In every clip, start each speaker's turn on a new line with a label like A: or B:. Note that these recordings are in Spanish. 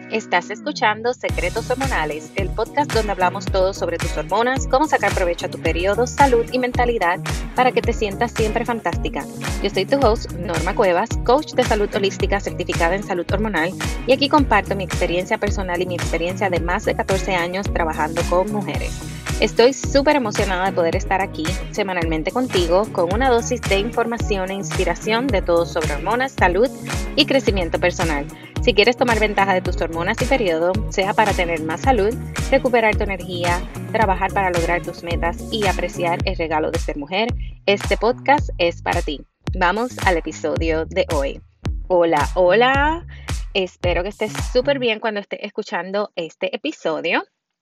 A: Estás escuchando Secretos Hormonales, el podcast donde hablamos todo sobre tus hormonas, cómo sacar provecho a tu periodo, salud y mentalidad para que te sientas siempre fantástica. Yo soy tu host, Norma Cuevas, coach de salud holística certificada en salud hormonal, y aquí comparto mi experiencia personal y mi experiencia de más de 14 años trabajando con mujeres. Estoy súper emocionada de poder estar aquí semanalmente contigo con una dosis de información e inspiración de todo sobre hormonas, salud y crecimiento personal. Si quieres tomar ventaja de tus hormonas y periodo, sea para tener más salud, recuperar tu energía, trabajar para lograr tus metas y apreciar el regalo de ser mujer, este podcast es para ti. Vamos al episodio de hoy. Hola, hola. Espero que estés súper bien cuando estés escuchando este episodio.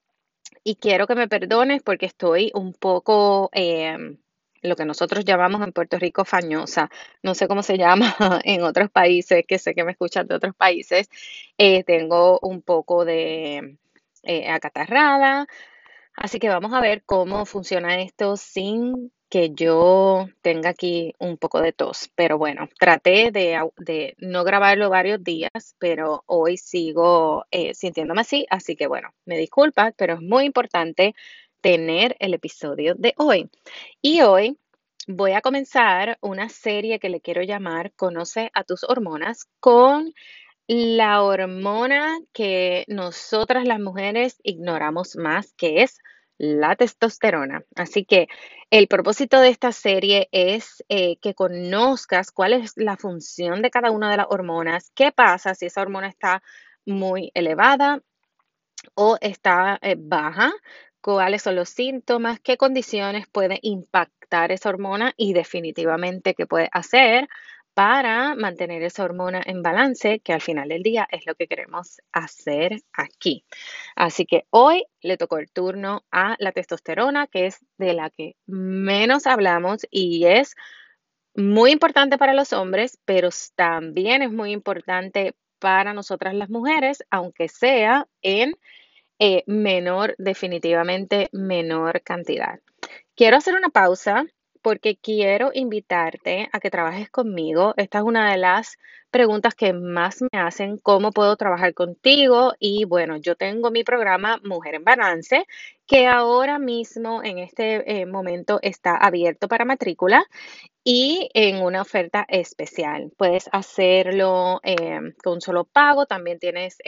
A: Y quiero que me perdones porque estoy un poco, lo que nosotros llamamos en Puerto Rico fañosa. No sé cómo se llama en otros países, que sé que me escuchan de otros países. Tengo un poco de acatarrada. Así que vamos a ver cómo funciona esto sin que yo tenga aquí un poco de tos. Pero bueno, traté de no grabarlo varios días, pero hoy sigo sintiéndome así que bueno, me disculpas, pero es muy importante tener el episodio de hoy. Y hoy voy a comenzar una serie que le quiero llamar Conoce a tus hormonas con la hormona que nosotras las mujeres ignoramos más, que es la testosterona. Así que el propósito de esta serie es que conozcas cuál es la función de cada una de las hormonas, qué pasa si esa hormona está muy elevada o está baja, cuáles son los síntomas, qué condiciones puede impactar esa hormona y definitivamente qué puede hacer para mantener esa hormona en balance, que al final del día es lo que queremos hacer aquí. Así que hoy le tocó el turno a la testosterona, que es de la que menos hablamos y es muy importante para los hombres, pero también es muy importante para nosotras las mujeres, aunque sea en menor, definitivamente menor cantidad. Quiero hacer una pausa porque quiero invitarte a que trabajes conmigo. Esta es una de las preguntas que más me hacen, ¿cómo puedo trabajar contigo? Y bueno, yo tengo mi programa Mujer en Balance, que ahora mismo en este momento está abierto para matrícula y en una oferta especial. Puedes hacerlo con un solo pago, también tienes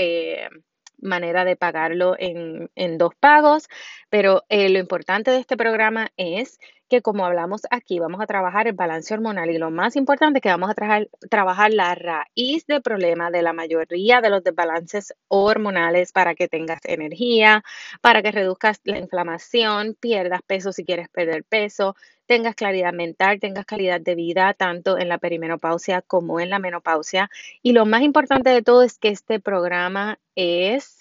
A: manera de pagarlo en dos pagos, pero lo importante de este programa es que como hablamos aquí, vamos a trabajar el balance hormonal y lo más importante es que vamos a trabajar la raíz del problema de la mayoría de los desbalances hormonales para que tengas energía, para que reduzcas la inflamación, pierdas peso si quieres perder peso, tengas claridad mental, tengas calidad de vida, tanto en la perimenopausia como en la menopausia. Y lo más importante de todo es que este programa es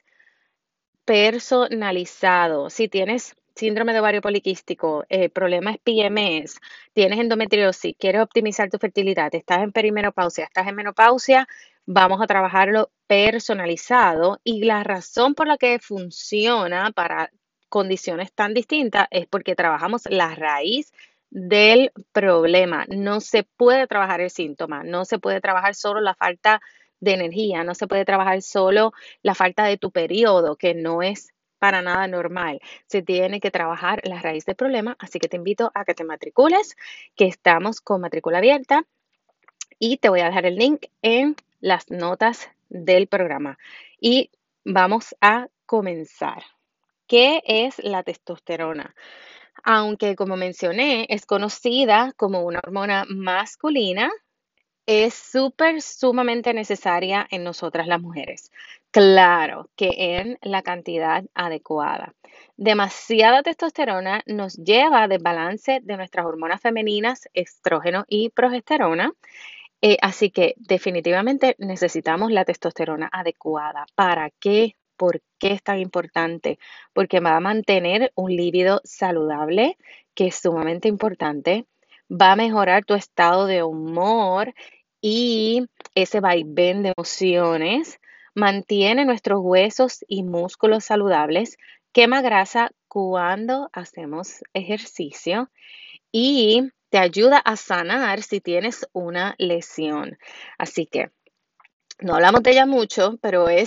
A: personalizado. Si tienes síndrome de ovario poliquístico, problemas PMS, tienes endometriosis, quieres optimizar tu fertilidad, estás en perimenopausia, estás en menopausia, vamos a trabajarlo personalizado. Y la razón por la que funciona para condiciones tan distintas es porque trabajamos la raíz del problema. No se puede trabajar el síntoma, no se puede trabajar solo la falta de energía, no se puede trabajar solo la falta de tu periodo, que no es para nada normal. Se tiene que trabajar la raíz del problema, así que te invito a que te matricules, que estamos con matrícula abierta y te voy a dejar el link en las notas del programa. Y vamos a comenzar. ¿Qué es la testosterona? Aunque, como mencioné, es conocida como una hormona masculina, es sumamente necesaria en nosotras las mujeres. Claro que en la cantidad adecuada. Demasiada testosterona nos lleva a desbalance de nuestras hormonas femeninas, estrógeno y progesterona. Así que definitivamente necesitamos la testosterona adecuada. ¿Para qué? ¿Por qué es tan importante? Porque va a mantener un líbido saludable, que es sumamente importante. Va a mejorar tu estado de humor y ese vaivén de emociones. Mantiene nuestros huesos y músculos saludables. Quema grasa cuando hacemos ejercicio y te ayuda a sanar si tienes una lesión. Así que no hablamos de ella mucho, pero es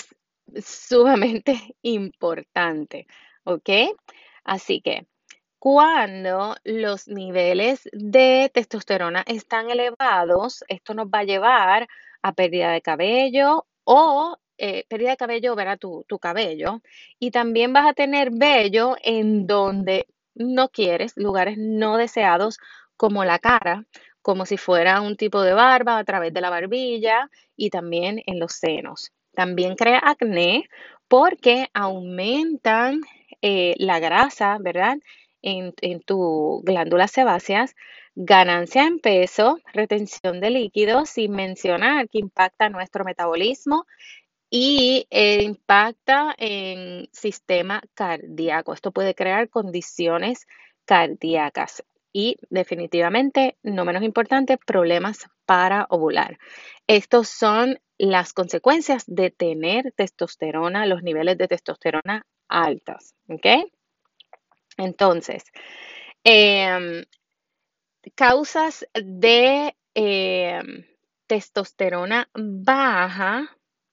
A: sumamente importante, ¿ok? Así que cuando los niveles de testosterona están elevados, esto nos va a llevar a pérdida de cabello o pérdida de cabello, verá tu cabello, y también vas a tener vello en donde no quieres, lugares no deseados como la cara, como si fuera un tipo de barba a través de la barbilla y también en los senos. También crea acné porque aumentan la grasa, ¿verdad? En tu glándulas sebáceas, ganancia en peso, retención de líquidos, sin mencionar que impacta nuestro metabolismo y impacta en sistema cardíaco. Esto puede crear condiciones cardíacas y definitivamente, no menos importante, problemas para ovular. Estos son las consecuencias de tener testosterona, los niveles de testosterona altos, ¿ok? Entonces, em, causas de testosterona baja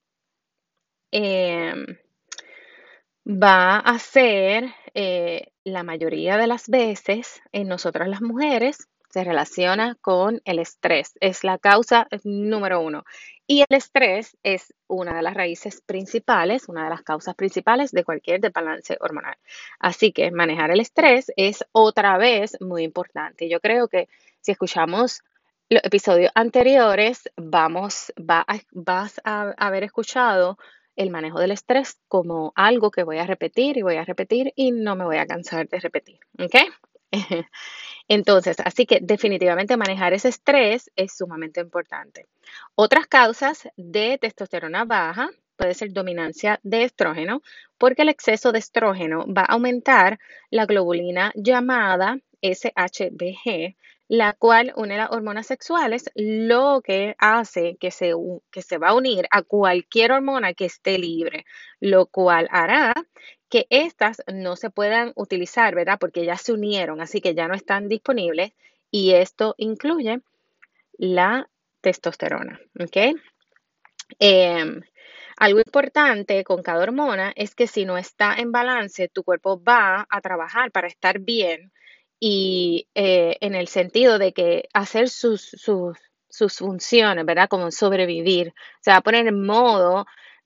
A: em, va a ser la mayoría de las veces en nosotras las mujeres se relaciona con el estrés. Es la causa número uno. Y el estrés es una de las raíces principales, una de las causas principales de cualquier desbalance hormonal. Así que manejar el estrés es otra vez muy importante. Yo creo que si escuchamos los episodios anteriores, vas a haber escuchado el manejo del estrés como algo que voy a repetir y no me voy a cansar de repetir, ¿ok? Entonces, así que definitivamente manejar ese estrés es sumamente importante. Otras causas de testosterona baja puede ser dominancia de estrógeno, porque el exceso de estrógeno va a aumentar la globulina llamada SHBG, la cual une las hormonas sexuales, lo que hace que se va a unir a cualquier hormona que esté libre, lo cual hará que estas no se puedan utilizar, ¿verdad? Porque ya se unieron, así que ya no están disponibles y esto incluye la testosterona, ¿ok? Em, Algo importante con cada hormona es que si no está en balance, tu cuerpo va a trabajar para estar bien y en el sentido de que hacer sus funciones, ¿verdad? Como sobrevivir, se va a poner en modo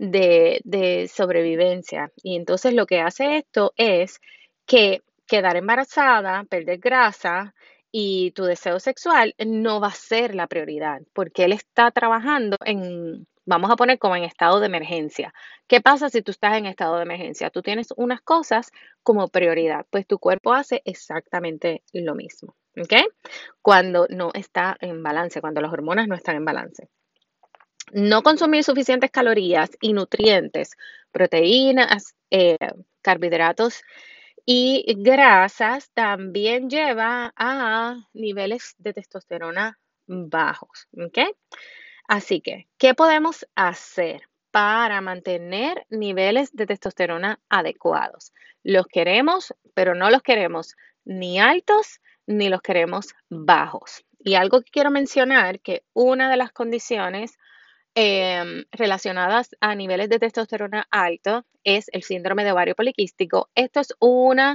A: de sobrevivencia. Y entonces lo que hace esto es que quedar embarazada, perder grasa y tu deseo sexual no va a ser la prioridad, porque él está trabajando en, vamos a poner como en estado de emergencia. ¿Qué pasa si tú estás en estado de emergencia? Tú tienes unas cosas como prioridad, pues tu cuerpo hace exactamente lo mismo, ¿ok? Cuando no está en balance, cuando las hormonas no están en balance. No consumir suficientes calorías y nutrientes, proteínas, carbohidratos y grasas también lleva a niveles de testosterona bajos, ¿ok? Así que, ¿qué podemos hacer para mantener niveles de testosterona adecuados? Los queremos, pero no los queremos ni altos ni los queremos bajos. Y algo que quiero mencionar, que una de las condiciones relacionadas a niveles de testosterona alto es el síndrome de ovario poliquístico. Esto es una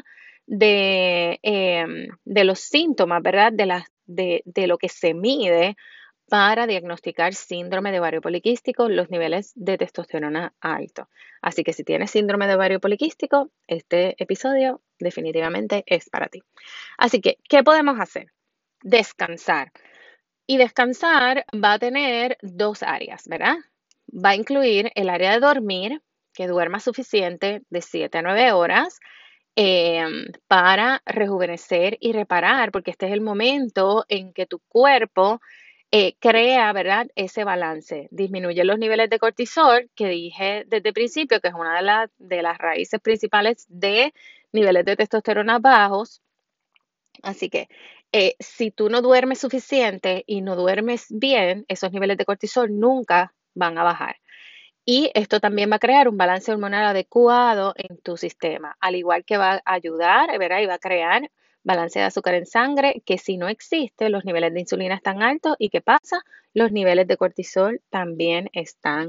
A: de los síntomas, ¿verdad? De lo que se mide para diagnosticar síndrome de ovario poliquístico, los niveles de testosterona alto. Así que si tienes síndrome de ovario poliquístico, este episodio definitivamente es para ti. Así que, ¿qué podemos hacer? Descansar. Y descansar va a tener dos áreas, ¿verdad? Va a incluir el área de dormir, que duerma suficiente de 7 a 9 horas para rejuvenecer y reparar, porque este es el momento en que tu cuerpo crea, ¿verdad? Ese balance. Disminuye los niveles de cortisol, que dije desde el principio, que es una de las raíces principales de niveles de testosterona bajos. Así que si tú no duermes suficiente y no duermes bien, esos niveles de cortisol nunca van a bajar. Y esto también va a crear un balance hormonal adecuado en tu sistema, al igual que va a ayudar, ¿verdad? Y va a crear balance de azúcar en sangre, que si no existe, los niveles de insulina están altos. ¿Y qué pasa? Los niveles de cortisol también están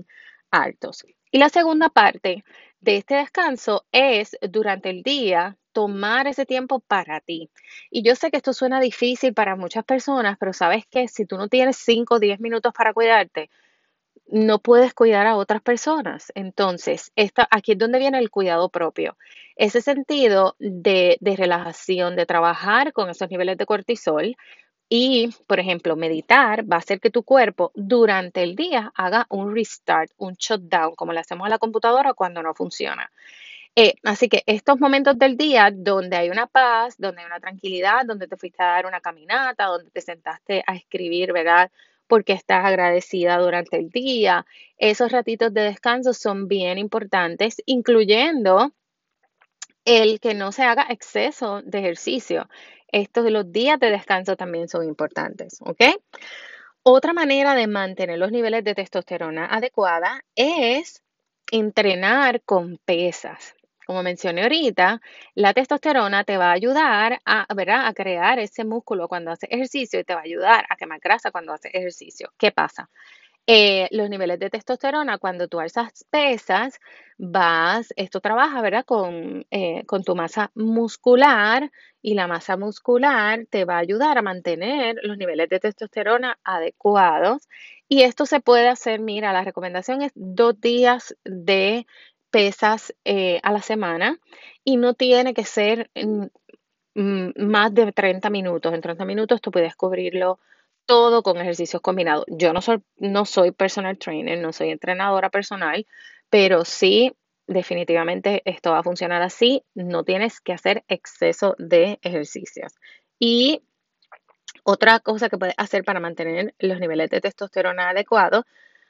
A: altos. Y la segunda parte de este descanso es durante el día tomar ese tiempo para ti. Y yo sé que esto suena difícil para muchas personas, pero sabes que si tú no tienes 5 o 10 minutos para cuidarte, no puedes cuidar a otras personas. Entonces, aquí es donde viene el cuidado propio. Ese sentido de relajación, de trabajar con esos niveles de cortisol y, por ejemplo, meditar va a hacer que tu cuerpo durante el día haga un restart, un shutdown, como le hacemos a la computadora cuando no funciona. Así que estos momentos del día donde hay una paz, donde hay una tranquilidad, donde te fuiste a dar una caminata, donde te sentaste a escribir, ¿verdad? Porque estás agradecida durante el día. Esos ratitos de descanso son bien importantes, incluyendo el que no se haga exceso de ejercicio. Estos de los días de descanso también son importantes, ¿ok? Otra manera de mantener los niveles de testosterona adecuada es entrenar con pesas. Como mencioné ahorita, la testosterona te va a ayudar a, ¿verdad?, a crear ese músculo cuando haces ejercicio y te va a ayudar a quemar grasa cuando haces ejercicio. ¿Qué pasa? Los niveles de testosterona, cuando tú alzas pesas, esto trabaja, ¿verdad? Con tu masa muscular y la masa muscular te va a ayudar a mantener los niveles de testosterona adecuados. Y esto se puede hacer, mira, la recomendación es 2 días de pesas a la semana y no tiene que ser más de 30 minutos. En 30 minutos tú puedes cubrirlo todo con ejercicios combinados. Yo no soy personal trainer, no soy entrenadora personal, pero sí, definitivamente esto va a funcionar así. No tienes que hacer exceso de ejercicios. Y otra cosa que puedes hacer para mantener los niveles de testosterona adecuados,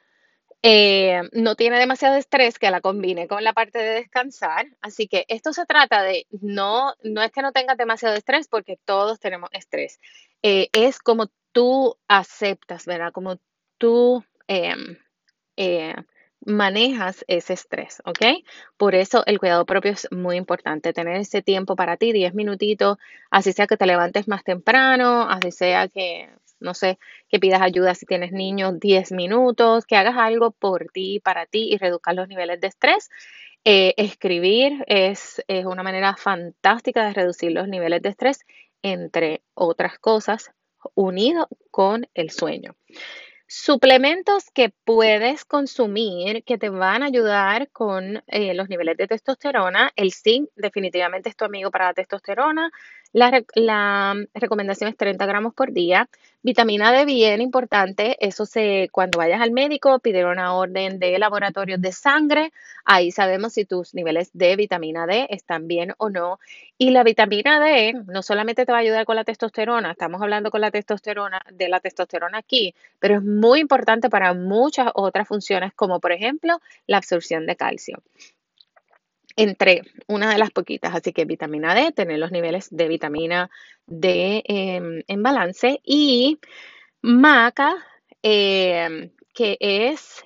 A: no tiene demasiado estrés, que la combine con la parte de descansar. Así que esto se trata de, no es que no tengas demasiado estrés, porque todos tenemos estrés. Es como tú aceptas, ¿verdad? Como tú eh, manejas ese estrés, ¿ok? Por eso el cuidado propio es muy importante, tener ese tiempo para ti, 10 minutitos, así sea que te levantes más temprano, así sea que, no sé, que pidas ayuda si tienes niños, 10 minutos, que hagas algo por ti, para ti y reduzcas los niveles de estrés. Escribir es una manera fantástica de reducir los niveles de estrés, entre otras cosas, unido con el sueño. Suplementos que puedes consumir que te van a ayudar con los niveles de testosterona. El zinc definitivamente es tu amigo para la testosterona. La recomendación es 30 gramos por día. Vitamina D, bien importante. Cuando vayas al médico, pedir una orden de laboratorios de sangre. Ahí sabemos si tus niveles de vitamina D están bien o no. Y la vitamina D no solamente te va a ayudar con la testosterona, estamos hablando con de la testosterona aquí, pero es muy importante para muchas otras funciones, como por ejemplo la absorción de calcio, entre una de las poquitas. Así que vitamina D, tener los niveles de vitamina D en balance, y maca, que es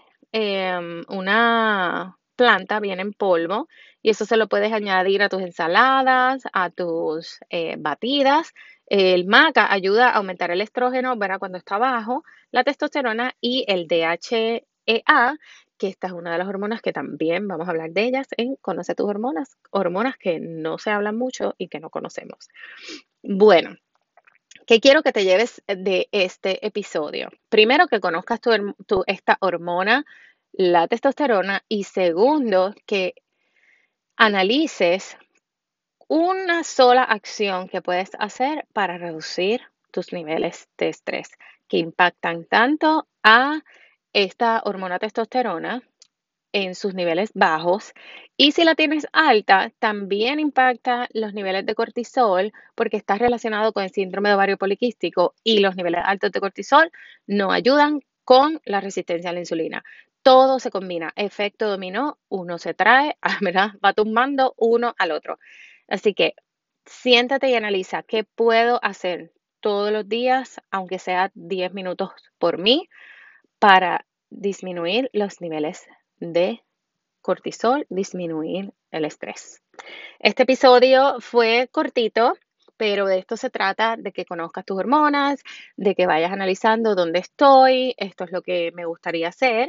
A: una planta, viene en polvo, y eso se lo puedes añadir a tus ensaladas, a tus batidas. El maca ayuda a aumentar el estrógeno, ¿verdad? Cuando está bajo, la testosterona y el DHEA, que esta es una de las hormonas que también vamos a hablar de ellas en Conoce tus hormonas, hormonas que no se hablan mucho y que no conocemos. Bueno, ¿qué quiero que te lleves de este episodio? Primero, que conozcas esta hormona, la testosterona, y segundo, que analices una sola acción que puedes hacer para reducir tus niveles de estrés, que impactan tanto a esta hormona testosterona en sus niveles bajos. Y si la tienes alta, también impacta los niveles de cortisol, porque está relacionado con el síndrome de ovario poliquístico, y los niveles altos de cortisol no ayudan con la resistencia a la insulina. Todo se combina, efecto dominó, uno se trae, ¿verdad? Va tumbando uno al otro. Así que siéntate y analiza qué puedo hacer todos los días, aunque sea 10 minutos por mí, para disminuir los niveles de cortisol, disminuir el estrés. Este episodio fue cortito, pero de esto se trata, de que conozcas tus hormonas, de que vayas analizando dónde estoy, esto es lo que me gustaría hacer.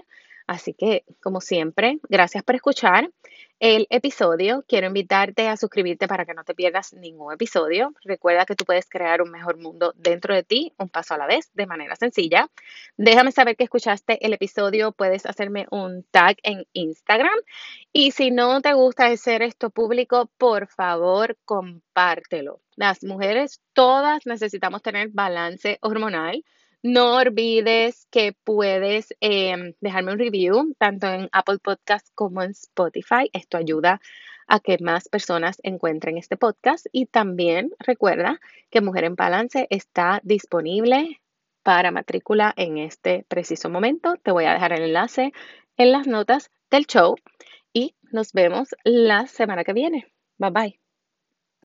A: Así que, como siempre, gracias por escuchar el episodio. Quiero invitarte a suscribirte para que no te pierdas ningún episodio. Recuerda que tú puedes crear un mejor mundo dentro de ti, un paso a la vez, de manera sencilla. Déjame saber que escuchaste el episodio. Puedes hacerme un tag en Instagram. Y si no te gusta hacer esto público, por favor, compártelo. Las mujeres todas necesitamos tener balance hormonal. No olvides que puedes dejarme un review tanto en Apple Podcast como en Spotify. Esto ayuda a que más personas encuentren este podcast. Y también recuerda que Mujer en Balance está disponible para matrícula en este preciso momento. Te voy a dejar el enlace en las notas del show y nos vemos la semana que viene. Bye bye.